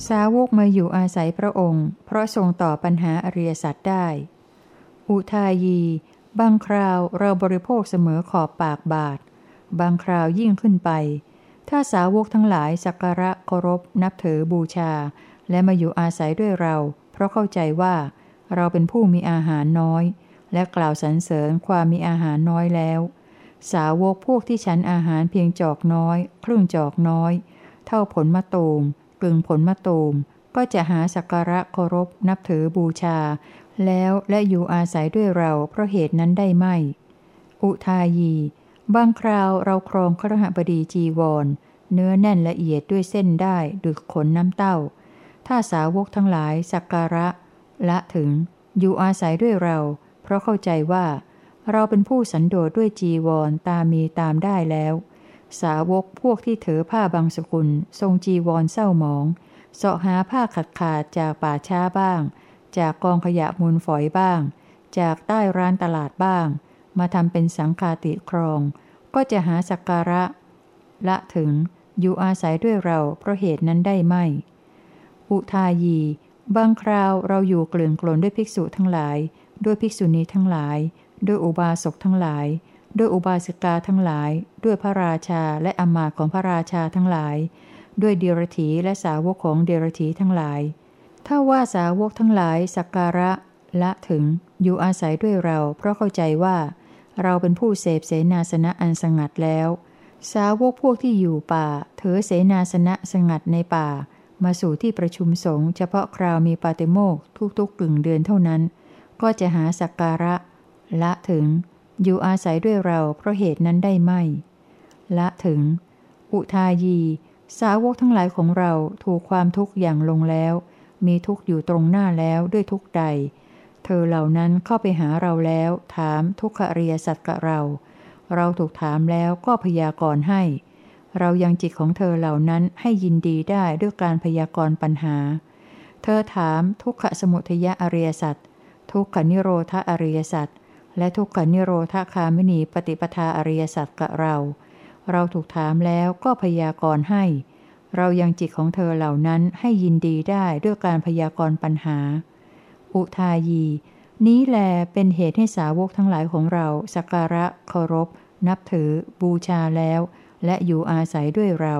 สาวกมาอยู่อาศัยพระองค์เพราะทรงตอบปัญหาอริยสัจได้อุทายีบางคราวเราบริโภคเสมอขอบปากบาทบางคราวยิ่งขึ้นไปถ้าสาวกทั้งหลายสักการะเคารพนับถือบูชาและมาอยู่อาศัยด้วยเราเพราะเข้าใจว่าเราเป็นผู้มีอาหารน้อยและกล่าวสรรเสริญความมีอาหารน้อยแล้วสาวกพวกที่ฉันอาหารเพียงจอกน้อยครึ่งจอกน้อยเท่าผลมะตูมกึ่งผลมะตูมก็จะหาสักการะเคารพนับถือบูชาแล้วและอยู่อาศัยด้วยเราเพราะเหตุนั้นได้ไม่อุทายีบางคราวเราครองคฤหบดีจีวรเนื้อแน่นละเอียดด้วยเส้นได้ดุจขนน้ำเต้าถ้าสาวกทั้งหลายสักการะละถึงอยู่อาศัยด้วยเราเพราะเข้าใจว่าเราเป็นผู้สันโดษด้วยจีวรตามมีตามได้แล้วสาวกพวกที่ถือผ้าบางสกุลทรงจีวรเศร้าหมองเสาะหาผ้าขาดจากป่าช้าบ้างจากกองขยะมูลฝอยบ้างจากใต้ร้านตลาดบ้างมาทำเป็นสังฆาติครองก็จะหาสักการะละถึงอยู่อาศัยด้วยเราเพราะเหตุนั้นได้ไม่อุทายีบางคราวเราอยู่เกลื่อนกลนด้วยภิกษุทั้งหลายด้วยภิกษุณีทั้งหลายด้วยอุบาสกทั้งหลายด้วยอุบาสิกาทั้งหลายด้วยพระราชาและอมาตย์ของพระราชาทั้งหลายด้วยเดรัจฉีและสาวกของเดรัจฉีทั้งหลายถ้าว่าสาวกทั้งหลายสักการะละถึงอยู่อาศัยด้วยเราเพราะเข้าใจว่าเราเป็นผู้เสพเสนาสนะอันสงัดแล้วสาวกพวกที่อยู่ป่าถือเสนาสนะสงัดในป่ามาสู่ที่ประชุมสงฆ์เฉพาะคราวมีปาติโมกข์ทุกๆกึ่งเดือนเท่านั้นก็จะหาสักการะละถึงอยู่อาศัยด้วยเราเพราะเหตุนั้นได้ไม่ละถึงอุทายีสาวกทั้งหลายของเราถูกความทุกข์อย่างลงแล้วมีทุกข์อยู่ตรงหน้าแล้วด้วยทุกข์ใดเธอเหล่านั้นเข้าไปหาเราแล้วถามทุกขอริยสัจกับเราถูกถามแล้วก็พยากรณ์ให้เรายังจิตของเธอเหล่านั้นให้ยินดีได้ด้วยการพยากรณ์ปัญหาเธอถามทุกขสมุทยอริยสัจทุกขนิโรธอริยสัจและทุกขนิโรธคามินีปฏิปทาอริยสัจกับเราถูกถามแล้วก็พยากรณ์ให้เรายังจิตของเธอเหล่านั้นให้ยินดีได้ด้วยการพยากรณ์ปัญหาอุทายีนี้แลเป็นเหตุให้สาวกทั้งหลายของเราสักการะเคารพนับถือบูชาแล้วและอยู่อาศัยด้วยเรา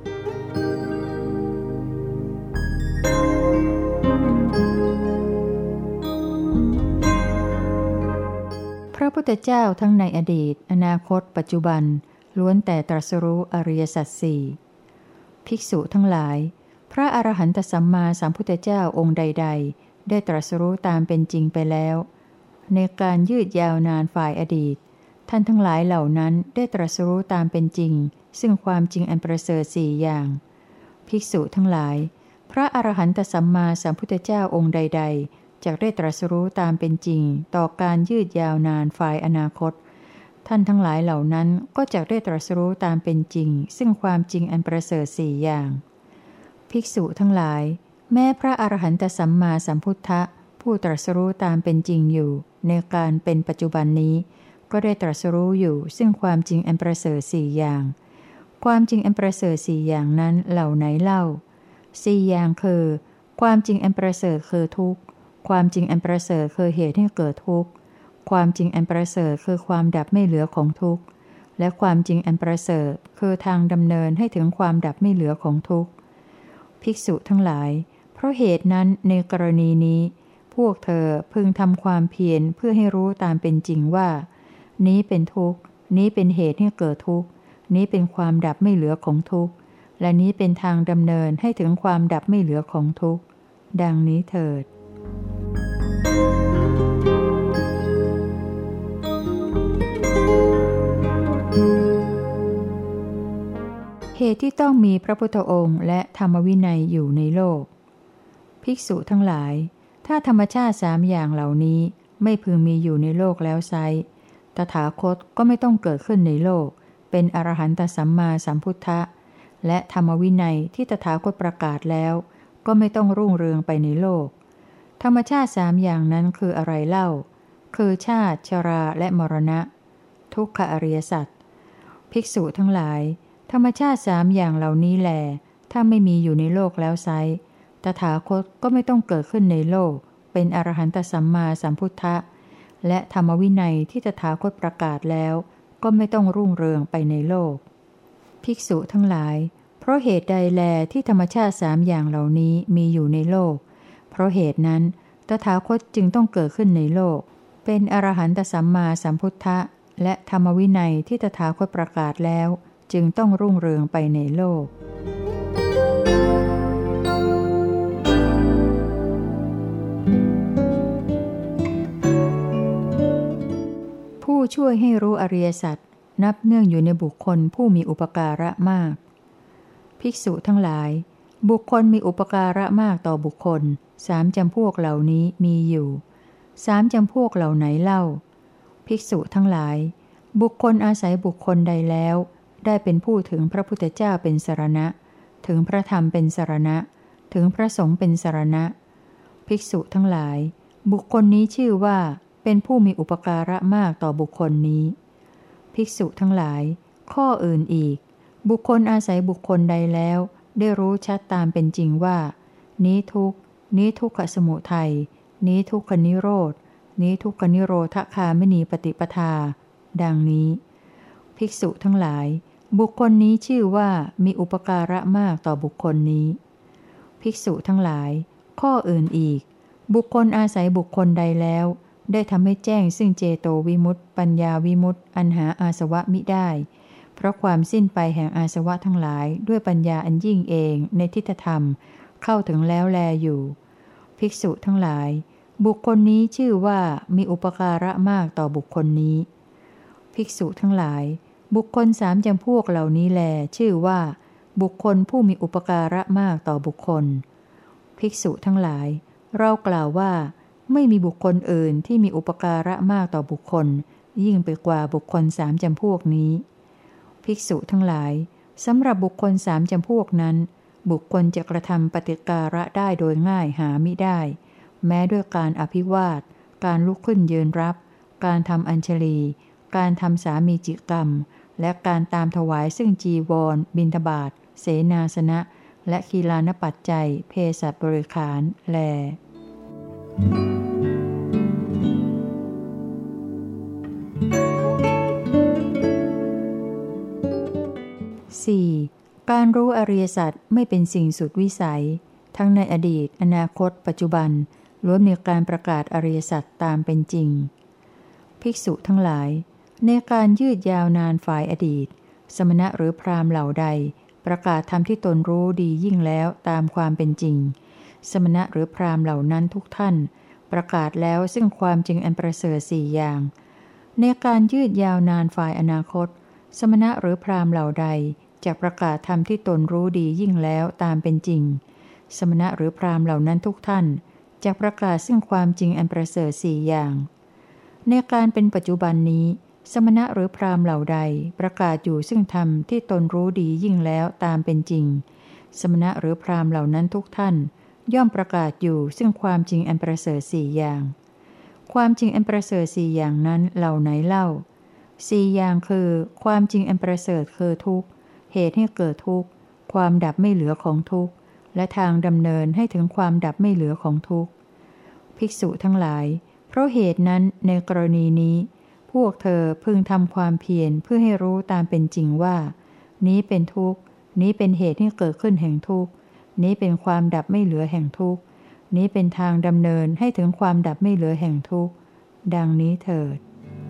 พระพุทธเจ้าทั้งในอดีตอนาคตปัจจุบันล้วนแต่ตรัสรู้อริยสัจสี่ภิกษุทั้งหลายพระอรหันตสัมมาสัมพุทธเจ้าองค์ใดๆได้ตรัสรู้ตามเป็นจริงไปแล้วในการยืดยาวนานฝ่ายอดีตท่านทั้งหลายเหล่านั้นได้ตรัสรู้ตามเป็นจริงซึ่งความจริงอันประเสริฐสี่อย่างภิกษุทั้งหลายพระอรหันตสัมมาสัมพุทธเจ้าองค์ใดๆจะได้ตรัสรู้ตามเป็นจริงต่อการยืดยาวนานฝ่ายอนาคตท่านทั้งหลายเหล่านั้นก็จะได้ตรัสรู้ตามเป็นจริงซึ่งความจริงอันประเสริฐสี่อย่างภิกษุทั้งหลายแม้พระอรหันตสัมมาสัมพุทธะผู้ตรัสรู้ตามเป็นจริงอยู่ในการเป็นปัจจุบันนี้ก็ได้ตรัสรู้อยู่ซึ่งความจริงอันประเสริฐสี่อย่างความจริงอันประเสริฐสี่อย่างนั้นเหล่าไหนเล่าสี่อย่างคือความจริงอันประเสริฐคือทุกข์ความจริงอันประเสริฐคือเหตุให้เกิดทุกข์ความจริงอันประเสริฐคือความดับไม่เหลือของทุกข์และความจริงอันประเสริฐคือทางดำเนินให้ถึงความดับไม่เหลือของทุกข์ภิกษุทั้งหลายเพราะเหตุนั้นในกรณีนี้พวกเธอพึงทำความเพียรเพื่อให้รู้ตามเป็นจริงว่านี้เป็นทุกข์นี้เป็นเหตุให้เกิดทุกข์นี้เป็นความดับไม่เหลือของทุกข์และนี้เป็นทางดำเนินให้ถึงความดับไม่เหลือของทุกข์ดังนี้เถิดเหตุที่ต้องมีพระพุทธองค์และธรรมวินัยอยู่ในโลกภิกษุทั้งหลายถ้าธรรมชาติสามอย่างเหล่านี้ไม่พึงมีอยู่ในโลกแล้วไซร้ตถาคตก็ไม่ต้องเกิดขึ้นในโลกเป็นอรหันตสัมมาสัมพุทธะและธรรมวินัยที่ตถาคตประกาศแล้วก็ไม่ต้องรุ่งเรืองไปในโลกธรรมชาติสามอย่างนั้นคืออะไรเล่าคือชาติชราและมรณะทุกขอริยสัจภิกษุทั้งหลายธรรมชาติสามอย่างเหล่านี้แลถ้าไม่มีอยู่ในโลกแล้วไซร้ตถาคตก็ไม่ต้องเกิดขึ้นในโลกเป็นอรหันตสัมมาสัมพุทธะและธรรมวินัยที่ตถาคตประกาศแล้วก็ไม่ต้องรุ่งเรืองไปในโลกภิกษุทั้งหลายเพราะเหตุใดแลที่ธรรมชาติ3อย่างเหล่านี้มีอยู่ในโลกเพราะเหตุนั้นตถาคตจึงต้องเกิดขึ้นในโลกเป็นอรหันตสัมมาสัมพุทธะและธรรมวินัยที่ตถาคตประกาศแล้วจึงต้องรุ่งเรืองไปในโลกผู้ช่วยให้รู้อริยสัจนับเนื่องอยู่ในบุคคลผู้มีอุปการะมากภิกษุทั้งหลายบุคคลมีอุปการะมากต่อบุคคล3จำพวกเหล่านี้มีอยู่3จำพวกเหล่าไหนเล่าภิกษุทั้งหลายบุคคลอาศัยบุคคลใดแล้วได้เป็นผู้ถึงพระพุทธเจ้าเป็นสรณะถึงพระธรรมเป็นสรณะถึงพระสงฆ์เป็นสรณะภิกษุทั้งหลายบุคคลนี้ชื่อว่าเป็นผู้มีอุปการะมากต่อบุคคลนี้ภิกษุทั้งหลายข้ออื่นอีกบุคคลอาศัยบุคคลใดแล้วได้รู้ชัดตามเป็นจริงว่านี้ทุกข์นี้ทุกขสมุทัยนี้ทุกขนิโรธนี้ทุกขนิโรธคามินีปฏิปทาดังนี้ภิกษุทั้งหลายบุคคลนี้ชื่อว่ามีอุปการะมากต่อบุคคลนี้ภิกษุทั้งหลายข้ออื่นอีกบุคคลอาศัยบุคคลใดแล้วได้ทำให้แจ้งซึ่งเจโตวิมุตติปัญญาวิมุตติอันหาอาสวะมิได้เพราะความสิ้นไปแห่งอาสวะทั้งหลายด้วยปัญญาอันยิ่งเองในทิฏฐธรรมเข้าถึงแล้วแลอยู่ภิกษุทั้งหลายบุคคลนี้ชื่อว่ามีอุปการะมากต่อบุคคลนี้ภิกษุทั้งหลายบุคคล3จำพวกเหล่านี้แลชื่อว่าบุคคลผู้มีอุปการะมากต่อบุคคลภิกษุทั้งหลายเรากล่าวว่าไม่มีบุคคลอื่นที่มีอุปการะมากต่อบุคคลยิ่งไปกว่าบุคคล3จำพวกนี้ภิกษุทั้งหลายสำหรับบุคคล3จำพวกนั้นบุคคลจะกระทำปฏิการะได้โดยง่ายหามิได้แม้ด้วยการอภิวาทการลุกขึ้นยืนรับการทำอัญชลีการทำสามีจิกรรมและการตามถวายซึ่งจีวรบิณฑบาตเสนาสนะและคีลานปัจจัยเภสัชบริขารแล 4. การรู้อริยสัจไม่เป็นสิ่งสุดวิสัยทั้งในอดีตอนาคตปัจจุบันล้วนมีการประกาศอริยสัจตามเป็นจริงภิกษุทั้งหลายในการยืดยาวนานฝ่ายอดีตสมณะหรือพราหมณ์เหล่าใดประกาศธรรมที่ตนรู้ดียิ่งแล้วตามความเป็นจริงสมณะหรือพราหมณ์เหล่านั้นทุกท่านประกาศแล้วซึ่งความจริงอันประเสริฐ4อย่างในการยืดยาวนานฝ่ายอนาคตสมณะหรือพราหมณ์เหล่าใดจะประกาศธรรมที่ตนรู้ดียิ่งแล้วตามเป็นจริงสมณะหรือพราหมณ์เหล่านั้นทุกท่านจะประกาศซึ่งความจริงอันประเสริฐ4อย่างในการเป็นปัจจุบันนี้สมณะหรือพราหมณ์เหล่าใดประกาศอยู่ซึ่งธรรมที่ตนรู้ดียิ่งแล้วตามเป็นจริงสมณะหรือพราหมณ์เหล่านั้นทุกท่านย่อมประกาศอยู่ซึ่งความจริงอันประเสริฐ4อย่างความจริงอันประเสริฐ4อย่างนั้นเหล่าไหนเล่า4อย่างคือความจริงอันประเสริฐคือทุกข์เหตุให้เกิดทุกข์ความดับไม่เหลือของทุกข์และทางดำเนินให้ถึงความดับไม่เหลือของทุกข์ภิกษุทั้งหลายเพราะเหตุนั้นในกรณีนี้พวกเธอพึงทำความเพียรเพื่อให้รู้ตามเป็นจริงว่านี้เป็นทุกข์นี้เป็นเหตุให้เกิดขึ้นแห่งทุกข์นี้เป็นความดับไม่เหลือแห่งทุกข์นี้เป็นทางดำเนินให้ถึงความดับไม่เหลือแห่งทุกข์ดังนี้เถิด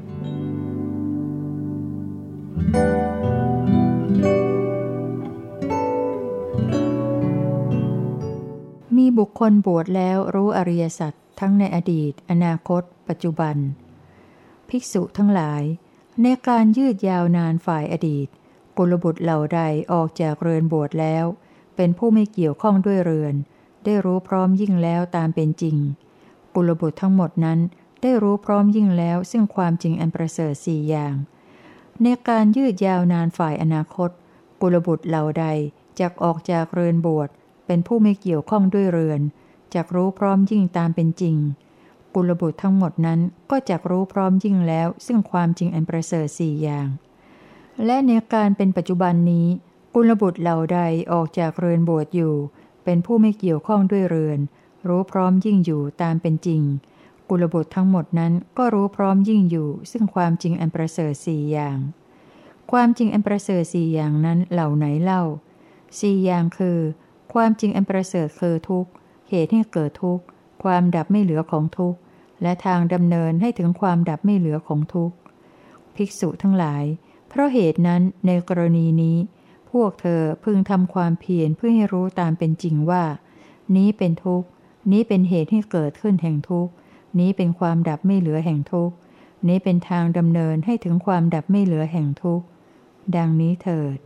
มีบุคคลบวชแล้วรู้อริยสัจทั้งในอดีตอนาคตปัจจุบันภิกษุทั้งหลายในการยืดยาวนานฝ่ายอดีตกุลบุตรเหล่าใดออกจากเรือนบวชแล้วเป็นผู้ไม่เกี่ยวข้องด้วยเรือนได้รู้พร้อมยิ่งแล้วตามเป็นจริงกุลบุตรทั้งหมดนั้นได้รู้พร้อมยิ่งแล้วซึ่งความจริงอันประเสริฐ4อย่างในการยืดยาวนานฝ่ายอนาคตกุลบุตรเหล่าใดจักออกจากเรือนบวชเป็นผู้ไม่เกี่ยวข้องด้วยเรือนจักรู้พร้อมยิ่งตามเป็นจริงกุลบุตรทั้งหมดนั้นก็จักรู้พร้อมยิ่งแล้วซึ่งความจริงอันประเสริฐ4อย่างและในการเป็นปัจจุบันนี้กุลบุตรเหล่าใดออกจากเรือนบวชอยู่เป็นผู้ไม่เกี่ยวข้องด้วยเรือนรู้พร้อมยิ่งอยู่ตามเป็นจริงกุลบุตรทั้งหมดนั้นก็รู้พร้อมยิ่งอยู่ซึ่งความจริงอันประเสริฐสี่อย่างความจริงอันประเสริฐสี่อย่างนั้นเหล่าไหนเล่าสี่อย่างคือความจริงอันประเสริฐคือทุกข์เหตุให้เกิดทุกข์ความดับไม่เหลือของทุกข์และทางดำเนินให้ถึงความดับไม่เหลือของทุกข์ภิกษุทั้งหลายเพราะเหตุนั้นในกรณีนี้พวกเธอพึงทำความเพียรเพื่อให้รู้ตามเป็นจริงว่านี้เป็นทุกข์นี้เป็นเหตุให้เกิดขึ้นแห่งทุกข์นี้เป็นความดับไม่เหลือแห่งทุกข์นี้เป็นทางดำเนินให้ถึงความดับไม่เหลือแห่งทุกข์ดังนี้เถิด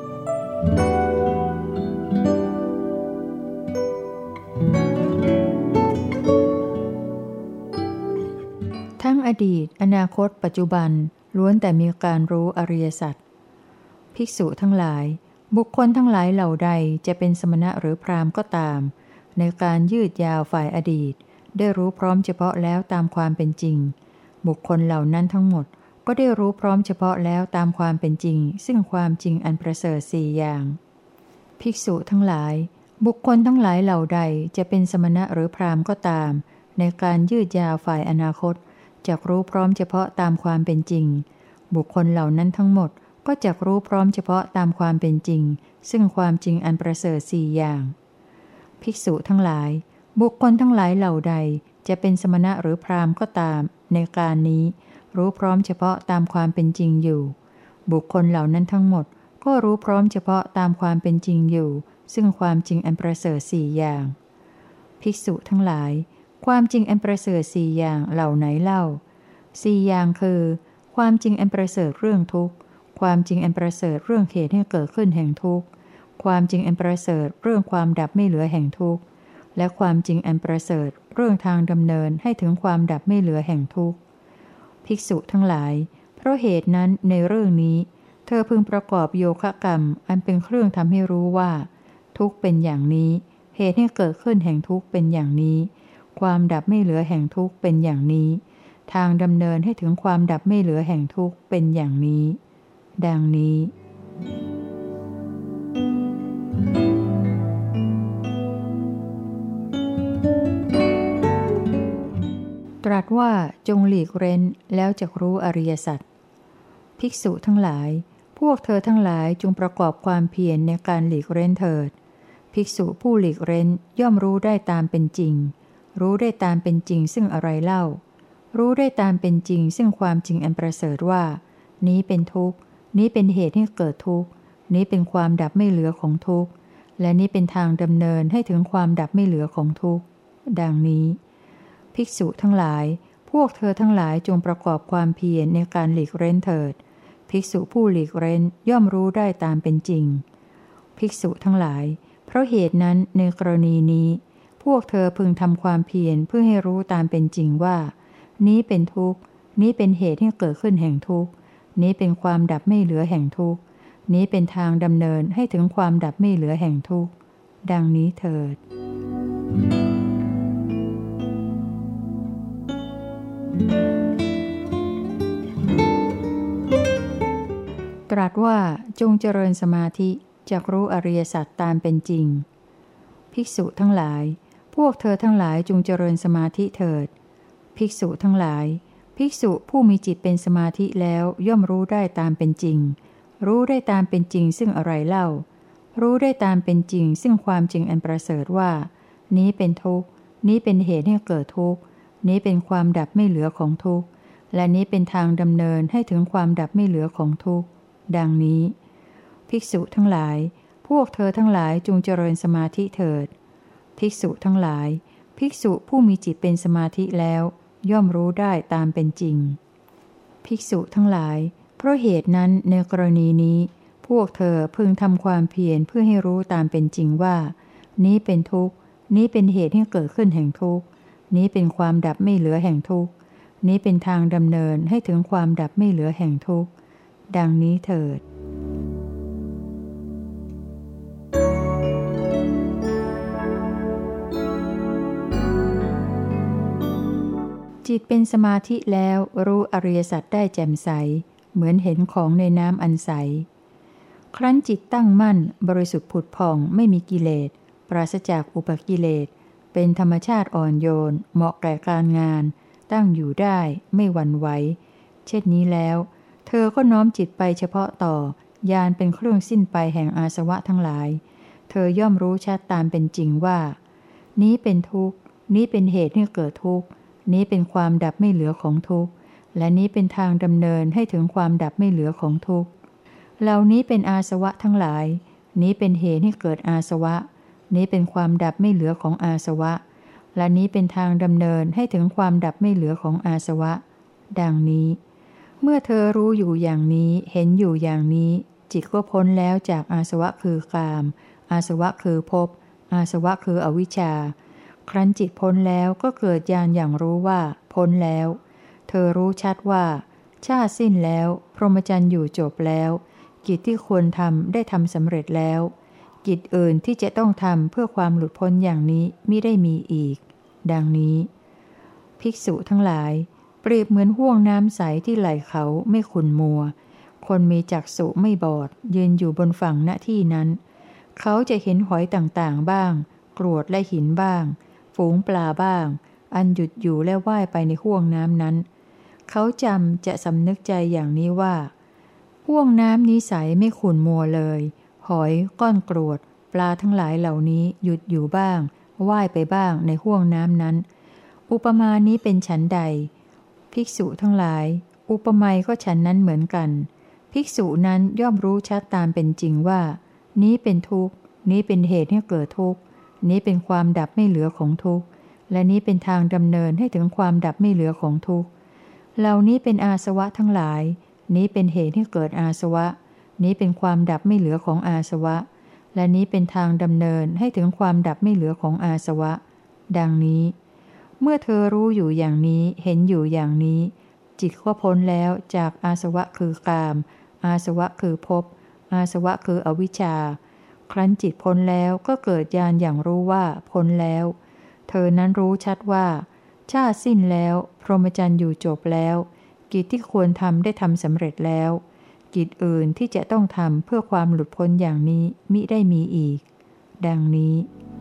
ทั้งอดีตอนาคตปัจจุบันล้วนแต่มีการรู้อริยสัจภิกษุทั้งหลายบุคคลทั้งหลายเหล่าใดจะเป็นสมณะหรือพราหมณ์ก็ตามในการยืดยาวฝ่ายอดีตได้รู้พร้อมเฉพาะแล้วตามความเป็นจริงบุคคลเหล่านั้นทั้งหมดก็ได้รู้พร้อมเฉพาะแล้วตามความเป็นจริงซึ่งความจริงอันประเสริฐสี่อย่างภิกษุทั้งหลายบุคคลทั้งหลายเหล่าใดจะเป็นสมณะหรือพราหมณ์ก็ตามในการยืดยาวฝ่ายอนาคตจักรู้พร้อมเฉพาะตามความเป็นจริงบุคคลเหล่านั้นทั้งหมดก็จักรู้พร้อมเฉพาะตามความเป็นจริงซึ่งความจริงอันประเสริฐสี่อย่างภิกษุทั้งหลายบุคคลทั้งหลายเหล่าใดจะเป็นสมณะหรือพราหมณ์ก็ตามในการนี้รู้พร้อมเฉพาะตามความเป็นจริงอยู่บุคคลเหล่านั้นทั้งหมดก็รู้พร้อมเฉพาะตามความเป็นจริงอยู่ซึ่งความจริงอันประเสริฐสี่อย่างภิกษุทั้งหลายความจริงอันประเสริฐสี่อย่างเหล่าไหนเล่าสี่อย่างคือความจริงอันประเสริฐเรื่องทุกข์ความจริงอันประเสริฐเรื่องเหตุให้เกิดขึ้นแห่งทุกข์ความจริงอันประเสริฐเรื่องความดับไม่เหลือแห่งทุกข์และความจริงอันประเสริฐเรื่องทางดำเนินให้ถึงความดับไม่เหลือแห่งทุกข์ภิกษุทั้งหลายเพราะเหตุนั้นในเรื่องนี้เธอพึงประกอบโยคะกรรมอันเป็นเครื่องทำให้รู้ว่าทุกข์เป็นอย่างนี้เหตุให้เกิดขึ้นแห่งทุกข์เป็นอย่างนี้ความดับไม่เหลือแห่งทุกข์เป็นอย่างนี้ทางดำเนินให้ถึงความดับไม่เหลือแห่งทุกข์เป็นอย่างนี้ดังนี้ตรัสว่าจงหลีกเร้นแล้วจักรู้อริยสัจภิกษุทั้งหลายพวกเธอทั้งหลายจงประกอบความเพียรในการหลีกเร้นเถิดภิกษุผู้หลีกเร้นย่อมรู้ได้ตามเป็นจริงรู้ได้ตามเป็นจริงซึ่งอะไรเล่ารู้ได้ตามเป็นจริงซึ่งความจริงอันประเสริฐว่านี้เป็นทุกข์นี้เป็นเหตุให้เกิดทุกข์นี้เป็นความดับไม่เหลือของทุกข์และนี้เป็นทางดำเนินให้ถึงความดับไม่เหลือของทุกข์ดังนี้ภิกษุทั้งหลายพวกเธอทั้งหลายจงประกอบความเพียรในการหลีกเร้นเถิดภิกษุผู้หลีกเร้นย่อมรู้ได้ตามเป็นจริงภิกษุทั้งหลายเพราะเหตุนั้นในกรณีนี้พวกเธอพึงทำความเพียรเพื่อให้รู้ตามเป็นจริงว่านี้เป็นทุกข์นี้เป็นเหตุให้เกิดขึ้นแห่งทุกข์นี้เป็นความดับไม่เหลือแห่งทุกข์นี้เป็นทางดำเนินให้ถึงความดับไม่เหลือแห่งทุกข์ดังนี้เถิดตรัสว่าจงเจริญสมาธิจักรู้อริยสัจตามเป็นจริงภิกษุทั้งหลายพวกเธอทั้งหลายจงเจริญสมาธิเถิดภิกษุทั้งหลายภิกษุผู้มีจิตเป็นสมาธิแล้วย่อมรู้ได้ตามเป็นจริงรู้ได้ตามเป็นจริงซึ่งอะไรเล่ารู้ได้ตามเป็นจริงซึ่งความจริงอันประเสริฐว่านี้เป็นทุกข์นี้เป็นเหตุให้เกิดทุกข์นี้เป็นความดับไม่เหลือของทุกข์และนี้เป็นทางดำเนินให้ถึงความดับไม่เหลือของทุกข์ดังนี้ภิกษุทั้งหลายพวกเธอทั้งหลายจงเจริญสมาธิเถิดภิกษุทั้งหลายภิกษุผู้มีจิตเป็นสมาธิแล้วย่อมรู้ได้ตามเป็นจริงภิกษุทั้งหลายเพราะเหตุนั้นในกรณีนี้พวกเธอพึงทำความเพียรเพื่อให้รู้ตามเป็นจริงว่านี้เป็นทุกข์นี้เป็นเหตุให้เกิดขึ้นแห่งทุกข์นี้เป็นความดับไม่เหลือแห่งทุกข์นี้เป็นทางดำเนินให้ถึงความดับไม่เหลือแห่งทุกข์ดังนี้เถิดจิตเป็นสมาธิแล้วรู้อริยสัจได้แจ่มใสเหมือนเห็นของในน้ำอันใสครั้นจิตตั้งมั่นบริสุทธิ์ผุดผ่องไม่มีกิเลสปราศจากอุปกิเลสเป็นธรรมชาติอ่อนโยนเหมาะแก่การงานตั้งอยู่ได้ไม่หวั่นไหวเช่นนี้แล้วเธอก็น้อมจิตไปเฉพาะต่อญาณเป็นเครื่องสิ้นไปแห่งอาสวะทั้งหลายเธอย่อมรู้ชัดตามเป็นจริงว่านี้เป็นทุกข์นี้เป็นเหตุให้เกิดทุกข์นี้เป็นความดับไม่เหลือของทุกข์และนี้เป็นทางดำเนินให้ถึงความดับไม่เหลือของทุกข์เหล่านี้เป็นอาสวะทั้งหลายนี้เป็นเหตุให้เกิดอาสวะนี้เป็นความดับไม่เหลือของอาสวะและนี้เป็นทางดำเนินให้ถึงความดับไม่เหลือของอาสวะดังนี้เมื่อเธอรู้อยู่อย่างนี้เห็นอยู่อย่างนี้จิตก็พ้นแล้วจากอาสวะคือกามอาสวะคือภพอาสวะคืออวิชชาครั้นจิตพ้นแล้วก็เกิดญาณอย่างรู้ว่าพ้นแล้วเธอรู้ชัดว่าชาติสิ้นแล้วพรหมจรรย์อยู่จบแล้วกิจที่ควรทำได้ทำสำเร็จแล้วกิจอื่นที่จะต้องทำเพื่อความหลุดพ้นอย่างนี้มิได้มีอีกดังนี้ภิกษุทั้งหลายเปรียบเหมือนห่วงน้ำใสที่ไหลเขาไม่ขุ่นมัวคนมีจักษุไม่บอดยืนอยู่บนฝั่งณที่นั้นเขาจะเห็นหอยต่างๆบ้างกรวดและหินบ้างฝูงปลาบ้างอันหยุดอยู่และว่ายไปในห่วงน้ำนั้นเขาจำจะสำนึกใจอย่างนี้ว่าห่วงน้ำนี้ใสไม่ขุ่นมัวเลยหอยก้อนกรวดปลาทั้งหลายเหล่านี้หยุดอยู่บ้างว่ายไปบ้างในห่วงน้ำนั้นอุปมานี้เป็นฉันใดภิกษุทั้งหลายอุปไมยก็ฉันนั้นเหมือนกันภิกษุนั้นย่อมรู้ชัดตามเป็นจริงว่านี้เป็นทุกข์นี้เป็นเหตุให้เกิดทุกข์นี้เป็นความดับไม่เหลือของทุกข์และนี้เป็นทางดำเนินให้ถึงความดับไม่เหลือของทุกข์เหล่านี้เป็นอาสวะทั้งหลายนี้เป็นเหตุให้เกิดอาสวะนี้เป็นความดับไม่เหลือของอาสวะและนี้เป็นทางดำเนินให้ถึงความดับไม่เหลือของอาสวะดังนี้เมื่อเธอรู้อยู่อย่างนี้เห็นอยู่อย่างนี้จิตก็พ้นแล้วจากอาสวะคือกามอาสวะคือภพอาสวะคืออวิชชาครั้นจิตพ้นแล้วก็เกิดญาณอย่างรู้ว่าพ้นแล้วเธอนั้นรู้ชัดว่าชาติสิ้นแล้วพรหมจรรย์อยู่จบแล้วกิจที่ควรทำได้ทำสำเร็จแล้วกิจอื่นที่จะต้องทำเพื่อความหลุดพ้นอย่างนี้มิได้มีอีกดังนี้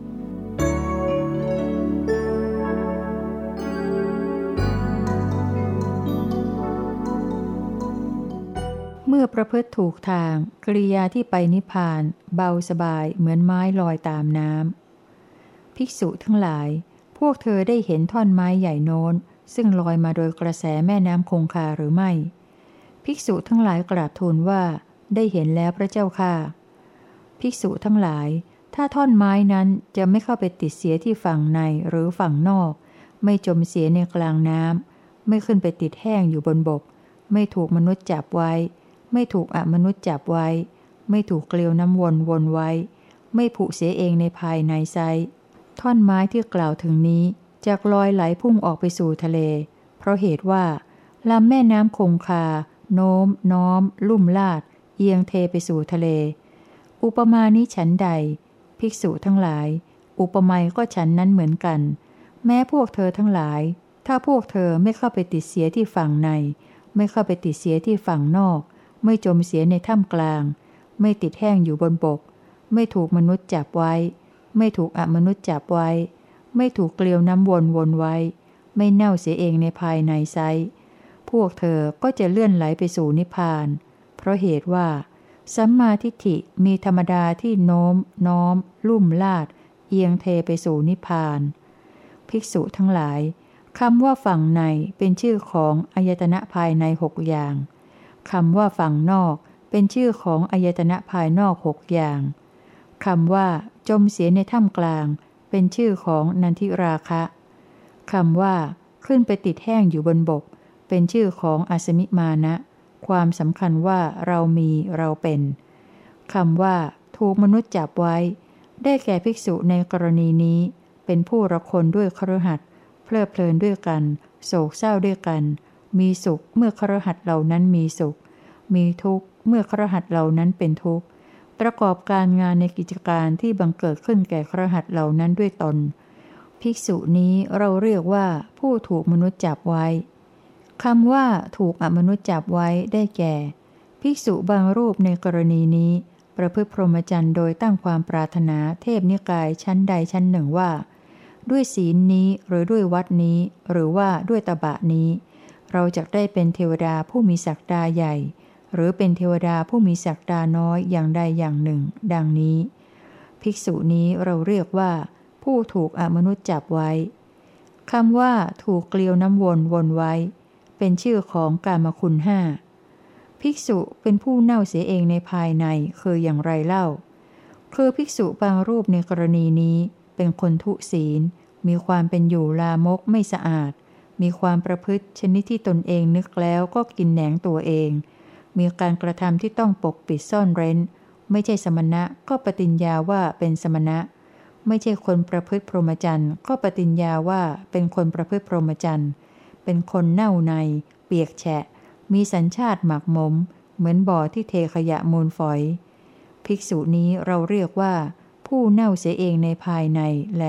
เมื่อประพฤติถูกทางกริยาที่ไปนิพพานเบาสบายเหมือนไม้ลอยตามน้ำภิกษุทั้งหลายพวกเธอได้เห็นท่อนไม้ใหญ่โน้นซึ่งลอยมาโดยกระแสแม่น้ำคงคาหรือไม่ภิกษุทั้งหลายกราบทูลว่าได้เห็นแล้วพระเจ้าค่ะภิกษุทั้งหลายถ้าท่อนไม้นั้นจะไม่เข้าไปติดเสียที่ฝั่งในหรือฝั่งนอกไม่จมเสียในกลางน้ำไม่ขึ้นไปติดแห้งอยู่บนบกไม่ถูกมนุษย์จับไว้ไม่ถูกอมนุษย์จับไว้ไม่ถูกเกลียวน้ำวนไว้ไม่ผุเสียเองในภายในไซท่อนไม้ที่กล่าวถึงนี้จากลอยไหลพุ่งออกไปสู่ทะเลเพราะเหตุว่าลำแม่น้ำคงคาโน้มน้อมลุ่มลาดเอียงเทไปสู่ทะเลอุปมานี้ฉันใดภิกษุทั้งหลายอุปไมยก็ฉันนั้นเหมือนกันแม้พวกเธอทั้งหลายถ้าพวกเธอไม่เข้าไปติดเสียที่ฝั่งในไม่เข้าไปติดเสียที่ฝั่งนอกไม่จมเสียในถ้ำกลางไม่ติดแห้งอยู่บนบกไม่ถูกมนุษย์จับไว้ไม่ถูกอมนุษย์จับไว้ไม่ถูกเกลียวน้ำวนไว้ไม่เน่าเสียเองในภายในไซพวกเธอก็จะเลื่อนไหลไปสู่นิพพานเพราะเหตุว่าสัมมาทิฏฐิมีธรรมดาที่โน้มน้อมลุ่มลาดเอียงเทไปสู่นิพพานภิกษุทั้งหลายคำว่าฝั่งในเป็นชื่อของอายตนะภายใน6อย่างคำว่าฝั่งนอกเป็นชื่อของอายตนะภายนอก6อย่างคำว่าจมเสียในถ้ำกลางเป็นชื่อของนันทิราคะคำว่าขึ้นไปติดแห้งอยู่บนบกเป็นชื่อของอาสมิมานะความสำคัญว่าเรามีเราเป็นคำว่าถูกมนุษย์จับไว้ได้แก่ภิกษุในกรณีนี้เป็นผู้ละคนด้วยคฤหัสถ์เพลิดเพลินด้วยกันโศกเศร้าด้วยกันมีสุขเมื่อคฤหัสถ์เหล่านั้นมีสุขมีทุกข์เมื่อคฤหัสถ์เหล่านั้นเป็นทุกข์ประกอบการงานในกิจการที่บังเกิดขึ้นแก่คฤหัสถ์เหล่านั้นด้วยตนภิกษุนี้เราเรียกว่าผู้ถูกมนุษย์จับไว้คำว่าถูกอมนุษย์จับไว้ได้แก่ภิกษุบางรูปในกรณีนี้ปประพฤติพรหมจรรย์โดยตั้งความปรารถนาเทพนิกายชั้นใดชั้นหนึ่งว่าด้วยศีลนี้หรือด้วยวัดนี้หรือว่าด้วยตบะนี้เราจะได้เป็นเทวดาผู้มีศักดาใหญ่หรือเป็นเทวดาผู้มีศักดาน้อยอย่างใดอย่างหนึ่งดังนี้ภิกษุนี้เราเรียกว่าผู้ถูกอมนุษย์จับไว้คำว่าถูกเกลียวน้ำวนไว้เป็นชื่อของกามคุณห้าภิกษุเป็นผู้เน่าเสียเองในภายในคืออย่างไรเล่าคือภิกษุบางรูปในกรณีนี้เป็นคนทุศีลมีความเป็นอยู่ลามกไม่สะอาดมีความประพฤติชนิดที่ตนเองนึกแล้วก็กินแหนงตัวเองมีการกระทำที่ต้องปกปิดซ่อนเร้นไม่ใช่สมณะก็ปฏิญญาว่าเป็นสมณะไม่ใช่คนประพฤติพรหมจรรย์ก็ปฏิญญาว่าเป็นคนประพฤติพรหมจรรย์เป็นคนเน่าในเปียกแฉะมีสัญชาติหมักหมมเหมือนบ่อที่เทขยะมูลฝอยภิกษุนี้เราเรียกว่าผู้เน่าเสียเองในภายในแล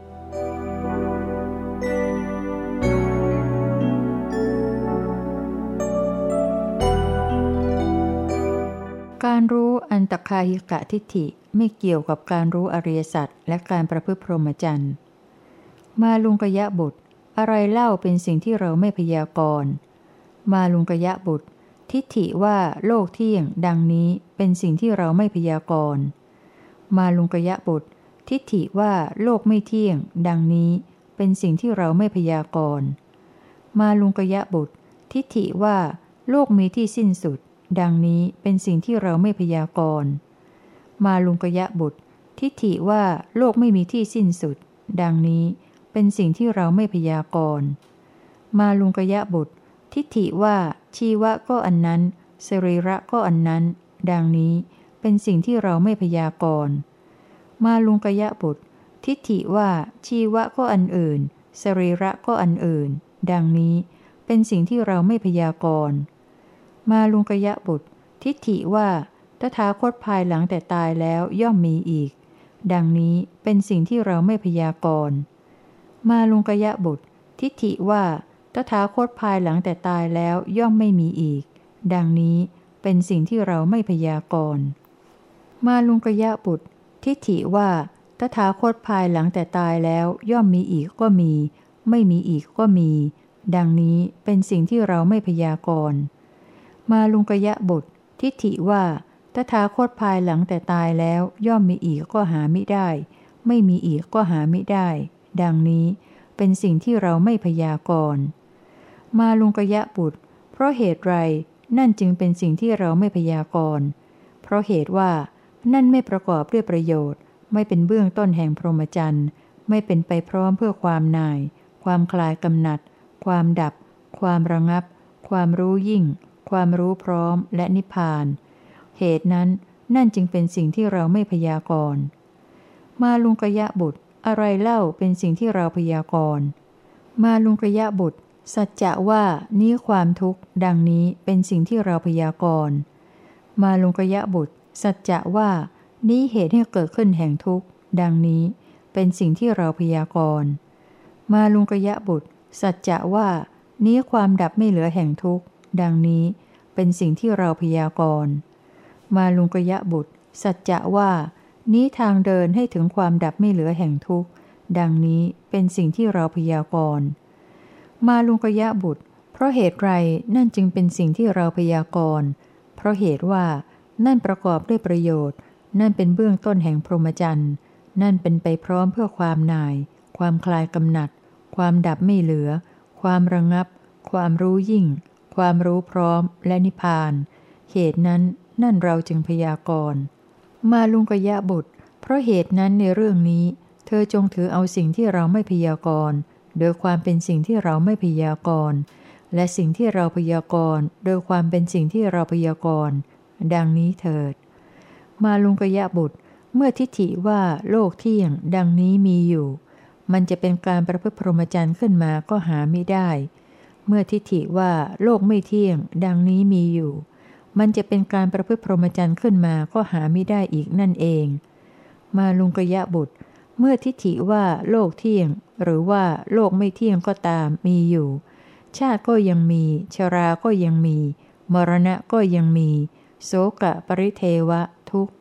การรู้อันตคาหิกะทิฏฐิไม่เกี่ยวกับการรู้อริยสัจและการประพฤติพรหมจรรย์มาลุงกยะบุตรอะไรเล่าเป็นสิ่งที่เราไม่พยากรณ์มาลุงกยะบุตรทิฏฐิว่าโลกเที่ยงดังนี้เป็นสิ่งที่เราไม่พยากรณ์มาลุงกยะบุตรทิฏฐิว่าโลกไม่เที่ยงดังนี้เป็นสิ่งที่เราไม่พยากรณ์มาลุงกยะบุตรทิฏฐิว่าโลกมีที่สิ้นสุดดังนี้เป็นสิ่งที่เราไม่พยากรณ์มาลุงกยะบุตรทิฏฐิว่าโลกไม่มีที่สิ้นสุดดังนี้เป็นสิ่งที่เราไม่พยากรณ์มาลุงกยะบุตรทิฏฐิว่าชีวะก็อันนั้นสรีระก็อันนั้นดังนี้เป็นสิ่งที่เราไม่พยากรณ์มาลุงกยะบุตรทิฏฐิว่าชีวะก็อันอื่นสรีระก็อันอื่นดังนี้เป็นสิ่งที่เราไม่พยากรณ์มาลุงกยะบุตรทิฏฐิว่าตถาคตภายหลังแต่ตายแล้วย่อมมีอีกดังนี้เป็นสิ่งที่เราไม่พยากรณ์มาลุงกยะบุตรทิฏฐิว่าตถาคตภายหลังแต่ตายแล้วย่อมไม่มีอีกดังนี้เป็นสิ่งที่เราไม่พยากรณ์มาลุงกยะบุตรทิฏฐิว่าตถาคตภายหลังแต่ตายแล้วย่อมมีอีกก็มีไม่มีอีกก็มีดังนี้เป็นสิ่งที่เราไม่พยากรณ์มาลุงกยะบุตรทิฏฐิว่าตถาคตภายหลังแต่ตายแล้วย่อมมีอีกก็หาไม่ได้ไม่มีอีกก็หาไม่ได้ดังนี้เป็นสิ่งที่เราไม่พยากรณ์มาลุงกยะบุตรเพราะเหตุไรนั่นจึงเป็นสิ่งที่เราไม่พยากรณ์เพราะเหตุว่านั่นไม่ประกอบด้วยประโยชน์ไม่เป็นเบื้องต้นแห่งพรหมจรรย์ไม่เป็นไปพร้อมเพื่อความน่ายความคลายกำหนัดความดับความระงับความรู้ยิ่งความรู้พร้อมและนิพพานเหตุนั้นนั่นจึงเป็นสิ่งที่เราไม่พยากรณ์มาลุงกยะบุตรอะไรเล่าเป็นสิ่งที่เราพยากรณ์มาลุงกยะบุตรสัจจะว่านี้ความทุกข์ดังนี้เป็นสิ่งที่เราพยากรณ์มาลุงกยะบุตรสัจจะว่านี้เหตุให้เกิดขึ้นแห่งทุกข์ดังนี้เป็นสิ่งที่เราพยากรณ์มาลุงกยะบุตรสัจจะว่านี้ความดับไม่เหลือแห่งทุกข์ดังนี้เป็นสิ่งที่เราพยากรณ์มาลุงกยะบุตรสัจจะว่านี้ทางเดินให้ถึงความดับไม่เหลือแห่งทุกข์ดังนี้เป็นสิ่งที่เราพยากรณ์มาลุงกยะบุตรเพราะเหตุไรนั่นจึงเป็นสิ่งที่เราพยากรณ์เพราะเหตุว่านั่นประกอบด้วยประโยชน์นั่นเป็นเบื้องต้นแห่งพรหมจรรย์นั่นเป็นไปพร้อมเพื่อความน่ายความคลายกำหนัดความดับไม่เหลือความระงับความรู้ยิ่งความรู้พร้อมและนิพพานเหตุนั้นนั่นเราจึงพยากรณ์มาลุงกยะบุตรเพราะเหตุนั้นในเรื่องนี้เธอจงถือเอาสิ่งที่เราไม่พยากรณ์โดยความเป็นสิ่งที่เราไม่พยากรณ์และสิ่งที่เราพยากรณ์โดยความเป็นสิ่งที่เราพยากรณ์ดังนี้เถิดมาลุงกยะบุตรเมื่อทิฏฐิว่าโลกเที่ยงดังนี้มีอยู่มันจะเป็นการประพฤติพรหมจรรย์ขึ้นมาก็หาไม่ได้เมื่อทิฏฐิว่าโลกไม่เที่ยงดังนี้มีอยู่มันจะเป็นการประพฤติพรหมจรรย์ขึ้นมาก็หาไม่ได้อีกนั่นเองมาลุงกยะบุตรเมื่อทิฏฐิว่าโลกเที่ยงหรือว่าโลกไม่เที่ยงก็ตามมีอยู่ชาติก็ยังมีชราก็ยังมีมรณะก็ยังมีโสกะปริเทวะทุกข์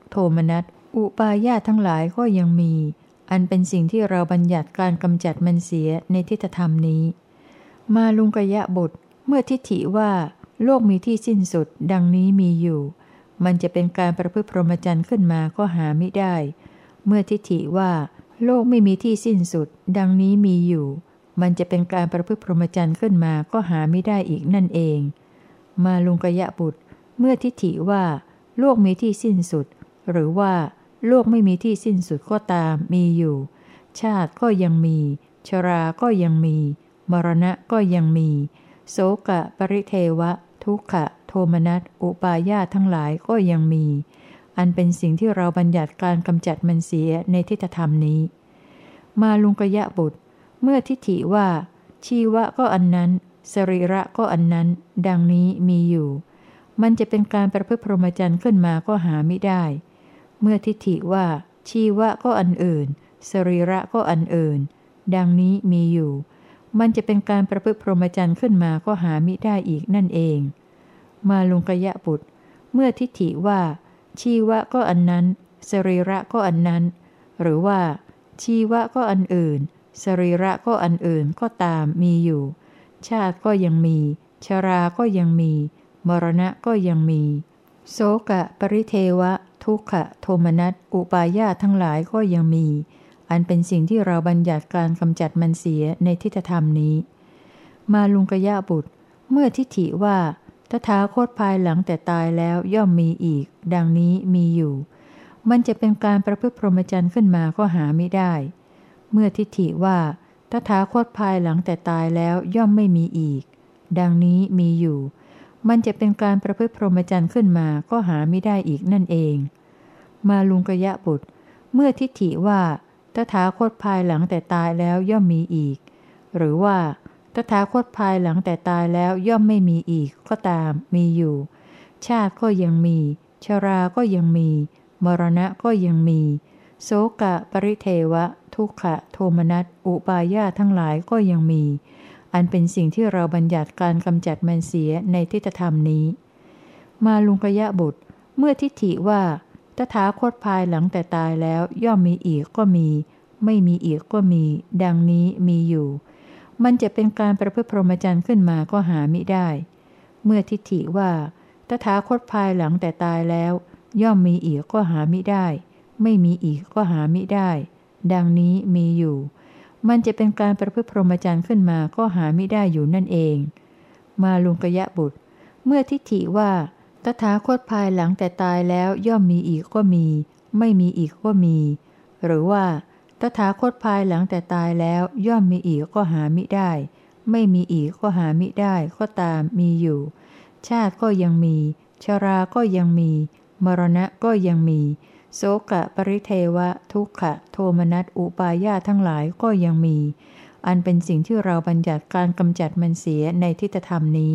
โทมนัสอุปาญาตทั้งหลายก็ยังมี อันเป็นสิ่งที่เราบัญญัติการกำจัดมันเสียในทิฏฐธรรมนี้ มาลุงกยะบุตรเมื่อทิฏฐิว่าโลกมีที่สิ้นสุดดังนี้มีอยู่ มันจะเป็นการประพฤติพรหมจรรย์ขึ้นมาก็หาไม่ได้ เมื่อทิฏฐิว่าโลกไม่มีที่สิ้นสุดดังนี้มีอยู่ มันจะเป็นการประพฤติพรหมจรรย์ขึ้นมาก็หาไม่ได้อีกนั่นเอง มาลุงกยะบุตรเมื่อทิฏฐิว่าโลกมีที่สิ้นสุดหรือว่าโลกไม่มีที่สิ้นสุดก็ตามมีอยู่ ชาติก็ยังมีชราก็ยังมีมรณะก็ยังมีโสกะปริเทวะทุกขะโทมนัสอุปาญาตทั้งหลายก็ยังมี อันเป็นสิ่งที่เราบัญญัติการกำจัดมันเสียในทิฏฐธรรมนี้ มาลุงกยะบุตรเมื่อทิฏฐิว่าชีวะก็อันนั้นสรีระก็อันนั้นดังนี้มีอยู่ มันจะเป็นการประพฤติพรหมจรรย์ขึ้นมาก็หาไม่ได้ เมื่อทิฏฐิว่าชีวะก็อันอื่นสรีระก็อันอื่นดังนี้มีอยู่ มันจะเป็นการประพฤติพรหมจรรย์ขึ้นมาก็หามิได้อีกนั่นเอง มาลุงกยะบุตรเมื่อทิฏฐิว่าชีวะก็อันนั้นสรีระก็อันนั้นหรือว่าชีวะก็อันอื่นสรีระก็อันอื่นก็ตามมีอยู่ ชาติก็ยังมีชราก็ยังมีมรณะก็ยังมีโสกะปริเทวะทุกขะโทมนัสอุปาญาตทั้งหลายก็ยังมี อันเป็นสิ่งที่เราบัญญัติการกำจัดมันเสียในทิฏฐธรรมนี้ มาลุงกยะบุตรเมื่อทิฏฐิว่าตถาคตภายหลังแต่ตายแล้วย่อมมีอีกดังนี้มีอยู่ มันจะเป็นการประพฤติพรหมจรรย์ขึ้นมาก็หาไม่ได้ เมื่อทิฏฐิว่าตถาคตภายหลังแต่ตายแล้วย่อมไม่มีอีกดังนี้มีอยู่ มันจะเป็นการประพฤติพรหมจรรย์ขึ้นมาก็หาไม่ได้อีกนั่นเอง มาลุงกยะบุตรเมื่อทิฏฐิว่าตถาคตภายหลังแต่ตายแล้วย่อมมีอีกหรือว่าตถาคตภายหลังแต่ตายแล้วย่อมไม่มีอีกก็ตามมีอยู่ ชาติก็ยังมีชราก็ยังมีมรณะก็ยังมีโสกะปริเทวะทุกขะโทมนัสอุปาญาตทั้งหลายก็ยังมี อันเป็นสิ่งที่เราบัญญัติการกำจัดมันเสียในทิฏฐธรรมนี้ มาลุงกยะบุตรเมื่อทิฏฐิว่าตถาคตภายหลังแต่ตายแล้วย่อมมีอีกก็มีไม่มีอีกก็มีดังนี้มีอยู่ มันจะเป็นการประพฤติพรหมจรรย์ขึ้นมาก็หามิได้ เมื่อทิฏฐิว่าตถาคตภายหลังแต่ตายแล้วย่อมมีอีกก็หามิได้ไม่มีอีกก็หามิได้ดังนี้มีอยู่ มันจะเป็นการประพฤติพรหมจรรย์ขึ้นมาก็หามิได้อยู่นั่นเอง มาลุงกยะบุตรเมื่อทิฏฐิว่าตถาคตภายหลังแต่ตายแล้วย่อมมีอีกก็มีไม่มีอีกก็มี หรือว่าตถาคตภายหลังแต่ตายแล้วย่อมมีอีกก็หามิได้ไม่มีอีกก็หามิได้ก็ตามมีอยู่ ชาติก็ยังมีชราก็ยังมีมรณะก็ยังมีโสกะปริเทวะทุกขะโทมนัสอุปาญาตทั้งหลายก็ยังมี อันเป็นสิ่งที่เราบัญญัติการกำจัดมันเสียในทิฏฐธรรมนี้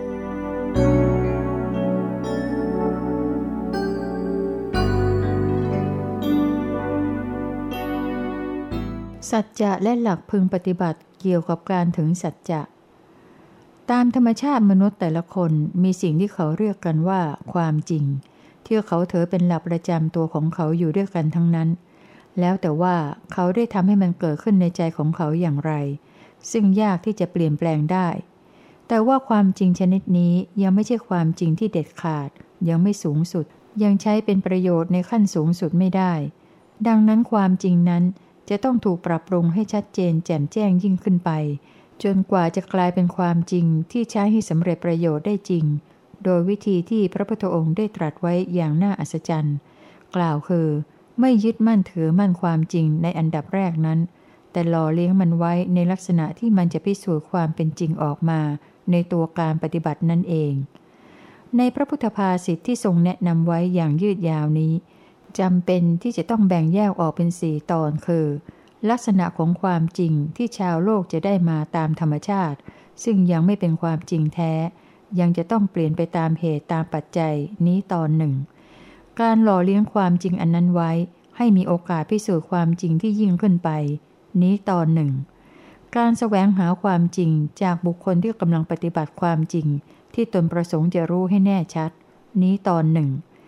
สัจจะและหลักพึงปฏิบัติเกี่ยวกับการถึงสัจจะตามธรรมชาติมนุษย์แต่ละคนมีสิ่งที่เขาเรียกกันว่าความจริงที่เขาถือเป็นหลักประจำตัวของเขาอยู่ด้วยกันทั้งนั้นแล้วแต่ว่าเขาได้ทำให้มันเกิดขึ้นในใจของเขาอย่างไรซึ่งยากที่จะเปลี่ยนแปลงได้แต่ว่าความจริงชนิดนี้ยังไม่ใช่ความจริงที่เด็ดขาดยังไม่สูงสุดยังใช้เป็นประโยชน์ในขั้นสูงสุดไม่ได้ดังนั้นความจริงนั้นจะต้องถูกปรับปรุงให้ชัดเจนแจ่มแจ้งยิ่งขึ้นไปจนกว่าจะกลายเป็นความจริงที่ใช้ให้สำเร็จประโยชน์ได้จริงโดยวิธีที่พระพุทธองค์ได้ตรัสไว้อย่างน่าอัศจรรย์กล่าวคือไม่ยึดมั่นถือมั่นความจริงในอันดับแรกนั้นแต่หล่อเลี้ยงมันไว้ในลักษณะที่มันจะพิสูจน์ความเป็นจริงออกมาในตัวการปฏิบัตินั่นเองในพระพุทธภาษิตที่ทรงแนะนำไว้อย่างยืดยาวนี้จำเป็นที่จะต้องแบ่งแยกออกเป็น4 ตอนคือลักษณะของความจริงที่ชาวโลกจะได้มาตามธรรมชาติซึ่งยังไม่เป็นความจริงแท้ยังจะต้องเปลี่ยนไปตามเหตุตามปัจจัยนี้ตอนหนึ่งการหล่อเลี้ยงความจริงอันนั้นไว้ให้มีโอกาสพิสูจน์ความจริงที่ยิ่งขึ้นไปนี้ตอนหนึ่งการแสวงหาความจริงจากบุคคลที่กำลังปฏิบัติความจริงที่ตนประสงค์จะรู้ให้แน่ชัดนี้ตอนหนึ่ง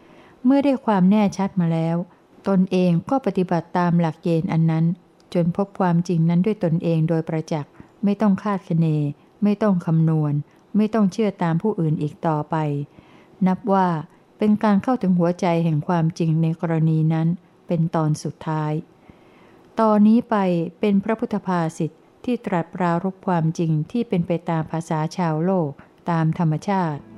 เมื่อได้ความแน่ชัดมาแล้วตนเองก็ปฏิบัติตามหลักเกณฑ์อันนั้นจนพบความจริงนั้นด้วยตนเองโดยประจักษ์ไม่ต้องคาดคะเนไม่ต้องคำนวณไม่ต้องเชื่อตามผู้อื่นอีกต่อไปนับว่าเป็นการเข้าถึงหัวใจแห่งความจริงในกรณีนั้นเป็นตอนสุดท้ายตอนนี้ไปเป็นพระพุทธภาษิตที่ตรัสปรารภความจริงที่เป็นไปตามภาษาชาวโลกตามธรรมชาติ